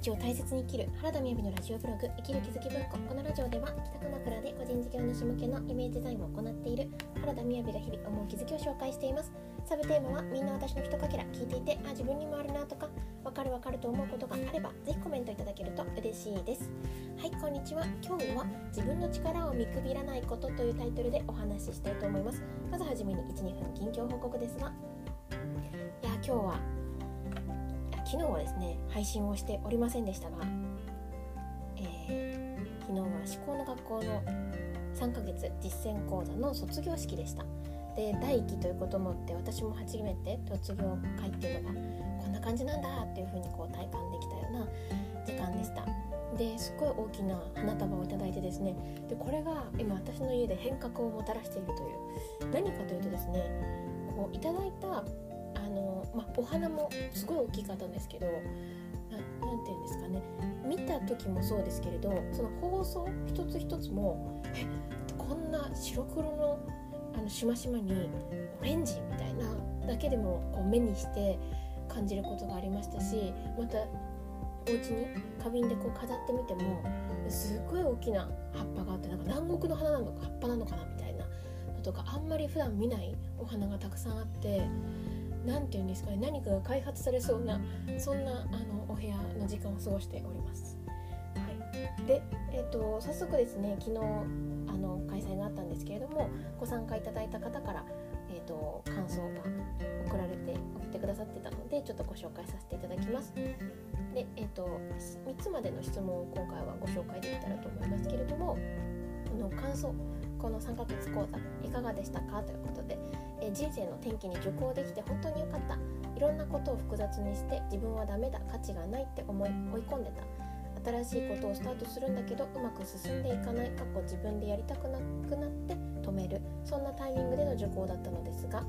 日を大切に生きる原田みやびのラジオブログ生きる気づき文庫。このラジオでは北鎌倉で個人事業主向けのイメージデザインを行っている原田みやびが日々思う気づきを紹介しています。サブテーマはみんな私のひとかけら。聞いていて自分にもあるなとかわかると思うことがあればぜひコメントいただけると嬉しいです。はい、こんにちは。今日は自分の力を見くびらないことというタイトルでお話ししたいと思います。まずはじめに 1,2 分近況報告ですが、昨日はですね配信をしておりませんでしたが、昨日は至高の学校の3ヶ月実践講座の卒業式でした。で、第1期ということもあって私も初めて卒業会っていうのがこんな感じなんだっていう風にこう体感できたような時間でした。ですごい大きな花束をいただいてですね、でこれが今私の家で変革をもたらしているという、何かというとですね、こういただいたお花もすごい大きかったんですけど、なんていうんですかね、見た時もそうですけれど、その包装一つ一つもこんな白黒のしましまにオレンジみたいなだけでもこう目にして感じることがありましたし、またお家に花瓶でこう飾ってみてもすごい大きな葉っぱがあって、なんか南国の花なのか葉っぱなのかなみたいなのとか、あんまり普段見ないお花がたくさんあって、なんていうんですかね、何かが開発されそうなそんなお部屋の時間を過ごしております。はい、で、早速ですね、昨日開催があったんですけれども、ご参加いただいた方から、感想が送ってくださってたので、ちょっとご紹介させていただきます。で、3つまでの質問を今回はご紹介できたらと思いますけれども、感想、この3ヶ月講座いかがでしたかということで、人生の転機に受講できて本当に良かった、いろんなことを複雑にして自分はダメだ、価値がないって追い込んでた、新しいことをスタートするんだけどうまく進んでいかない、自分でやりたくなくなって止める、そんなタイミングでの受講だったのですが、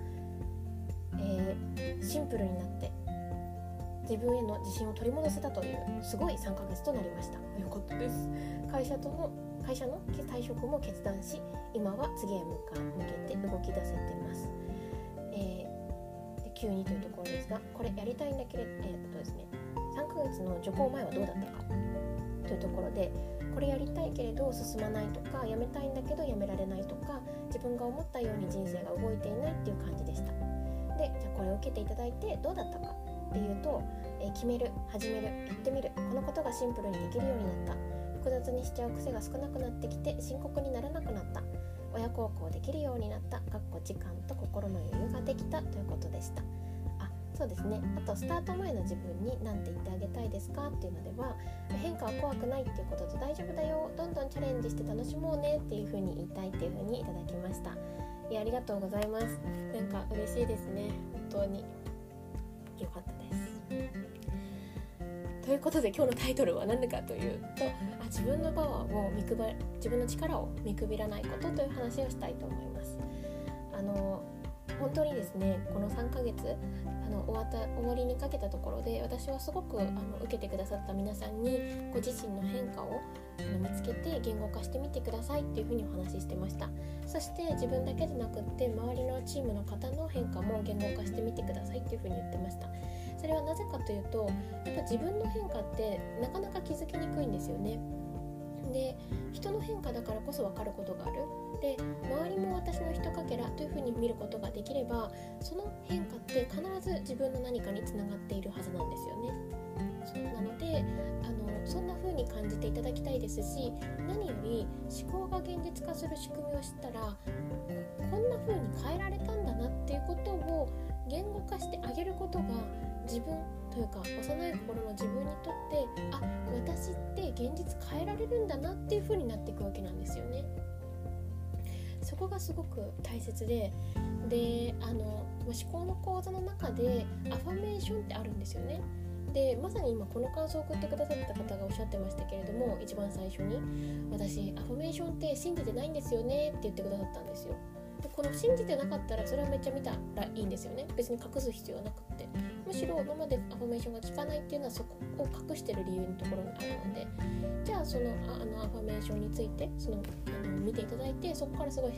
シンプルになって自分への自信を取り戻せたというすごい3ヶ月となりました。よかったです。会社の退職も決断し、今は次へ向けて動き出せています。で急にというところですが、これやりたいんだけれどですね、3ヶ月の受講前はどうだったかというところで、これやりたいけれど進まないとか、やめたいんだけどやめられないとか、自分が思ったように人生が動いていないっていう感じでした。で、じゃあこれを受けていただいてどうだったかっていうと、決める、始める、やってみる、このことがシンプルにできるようになった、複雑にしちゃう癖が少なくなってきて深刻にならなくなった、親孝行できるようになった、時間と心の余裕ができたということでした。そうですね。あとスタート前の自分に何て言ってあげたいですかっていうのでは、変化は怖くないっていうことと、大丈夫だよ、どんどんチャレンジして楽しもうねっていう風に言いたいっていう風にいただきました。ありがとうございます。なんか嬉しいですね。本当に良かったです。ということで今日のタイトルは何かというと、自分の自分の力を見くびらないことという話をしたいと思います。本当にですね、この3ヶ月終わりにかけたところで、私はすごく受けてくださった皆さんにご自身の変化を見つけて言語化してみてくださいっていうふうにお話ししてました。そして自分だけでなくって周りのチームの方の変化も言語化してみてくださいっていうふうに言ってました。それはなぜかというと、やっぱ自分の変化ってなかなか気づきにくいんですよね。で、人の変化だからこそ分かることがある。で、周りも私のひとかけらというふうに見ることができれば、その変化って必ず自分の何かにつながっているはずなんですよね。そうなのでそんな風に感じていただきたいですし、何より思考が現実化する仕組みを知ったら、こんな風に変えられたんだなっていうことを言語化してあげることが、自分というか幼い頃の自分にとって、私って現実変えられるんだなっていう風になっていくわけなんですよね。そこがすごく大切で、思考の講座の中でアファメーションってあるんですよね。で、まさに今この感想を送ってくださった方がおっしゃってましたけれども、一番最初に私アファメーションって信じてないんですよねって言ってくださったんですよ。で、この信じてなかったらそれはめっちゃ見たらいいんですよね。別に隠す必要はなくって、むしろ今までアファメーションが効かないっていうのはそこを隠してる理由のところにあるので、じゃあそのアファメーションについて見ていただいて、そこからすごい変化あったん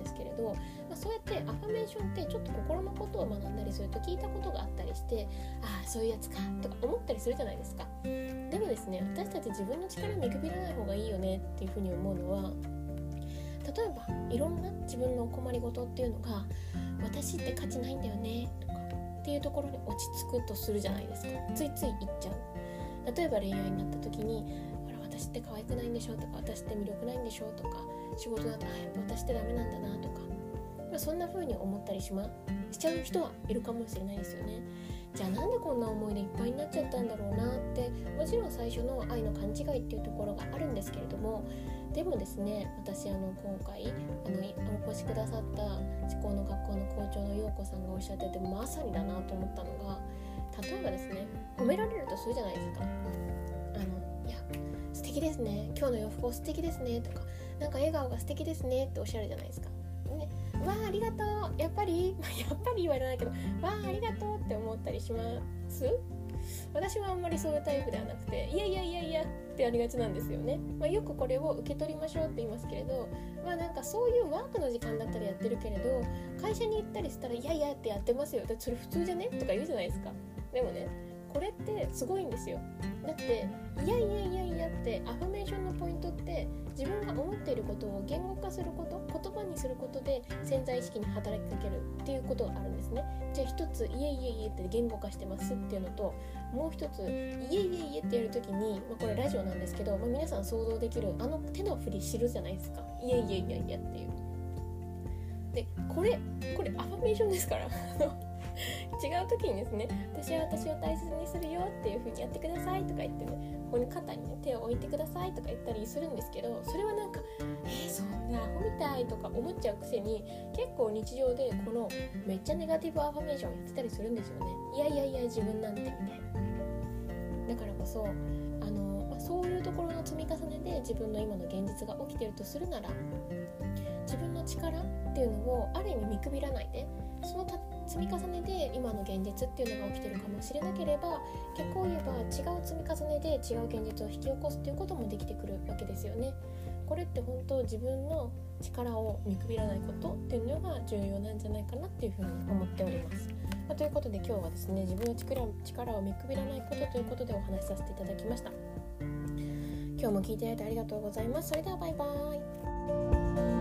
ですけれど、そうやってアファメーションってちょっと心のことを学んだりすると聞いたことがあったりして、ああそういうやつかとか思ったりするじゃないですか。でもですね、私たち自分の力見くびらない方がいいよねっていうふうに思うのは、例えばいろんな自分の困りごとっていうのが私って価値ないんだよねとかっていうところに落ち着くとするじゃないですか。ついつい言っちゃう。例えば恋愛になった時に、ほら私って可愛くないんでしょとか、私って魅力ないんでしょとか、仕事だとやっぱ私ってダメなんだなとか、そんな風に思ったりしちゃう人はいるかもしれないですよね。じゃあなんでこんな思いでいっぱいになっちゃったんだろうなって、もちろん最初の愛の勘違いっていうところがあるんですけれども、でもですね、私今回お越しくださった思考の学校の校長の陽子さんがおっしゃってて、まさにだなと思ったのが、例えばですね、褒められるとするじゃないですか。いや素敵ですね、今日の洋服素敵ですねとか、なんか笑顔が素敵ですねっておっしゃるじゃないですか、ね、わあありがとう、やっぱり言われないけど、わあありがとうって思ったりします。私はあんまりそういうタイプではなくて、いやってありがちなんですよね。よくこれを受け取りましょうって言いますけれど、なんかそういうワークの時間だったらやってるけれど、会社に行ったりしたらいやってやってますよ、だってそれ普通じゃねとか言うじゃないですか。でもね、これってすごいんですよ。だっていやってアファメーションのポイントって、自分が思っていることを言語化すること、言葉にすることで潜在意識に働きかけるっていうことがあるんですね。じゃあ一ついえって言語化してますっていうのと、もう一ついえってやるときに、これラジオなんですけど、皆さん想像できる手の振り知るじゃないですか。いやっていうで、これアファメーションですから違う時にですね、私は私を大切にするよっていう風にやってくださいとか言ってね、ここに肩にね手を置いてくださいとか言ったりするんですけど、それはなんかそんなアホみたいとか思っちゃうくせに、結構日常でこのめっちゃネガティブアファメーションやってたりするんですよね。いや自分なんてみたいな。だからこそそういうところの積み重ねで自分の今の現実が起きているとするなら、自分の力っていうのをある意味見くびらないで、その積み重ねで今の現実っていうのが起きてるかもしれなければ、逆を言えば違う積み重ねで違う現実を引き起こすっていうこともできてくるわけですよね。これって本当自分の力を見くびらないことっていうのが重要なんじゃないかなっていうふうに思っております。ということで今日はですね、自分の力を見くびらないことということでお話しさせていただきました。今日も聞いていただいてありがとうございます。それではバイバイ。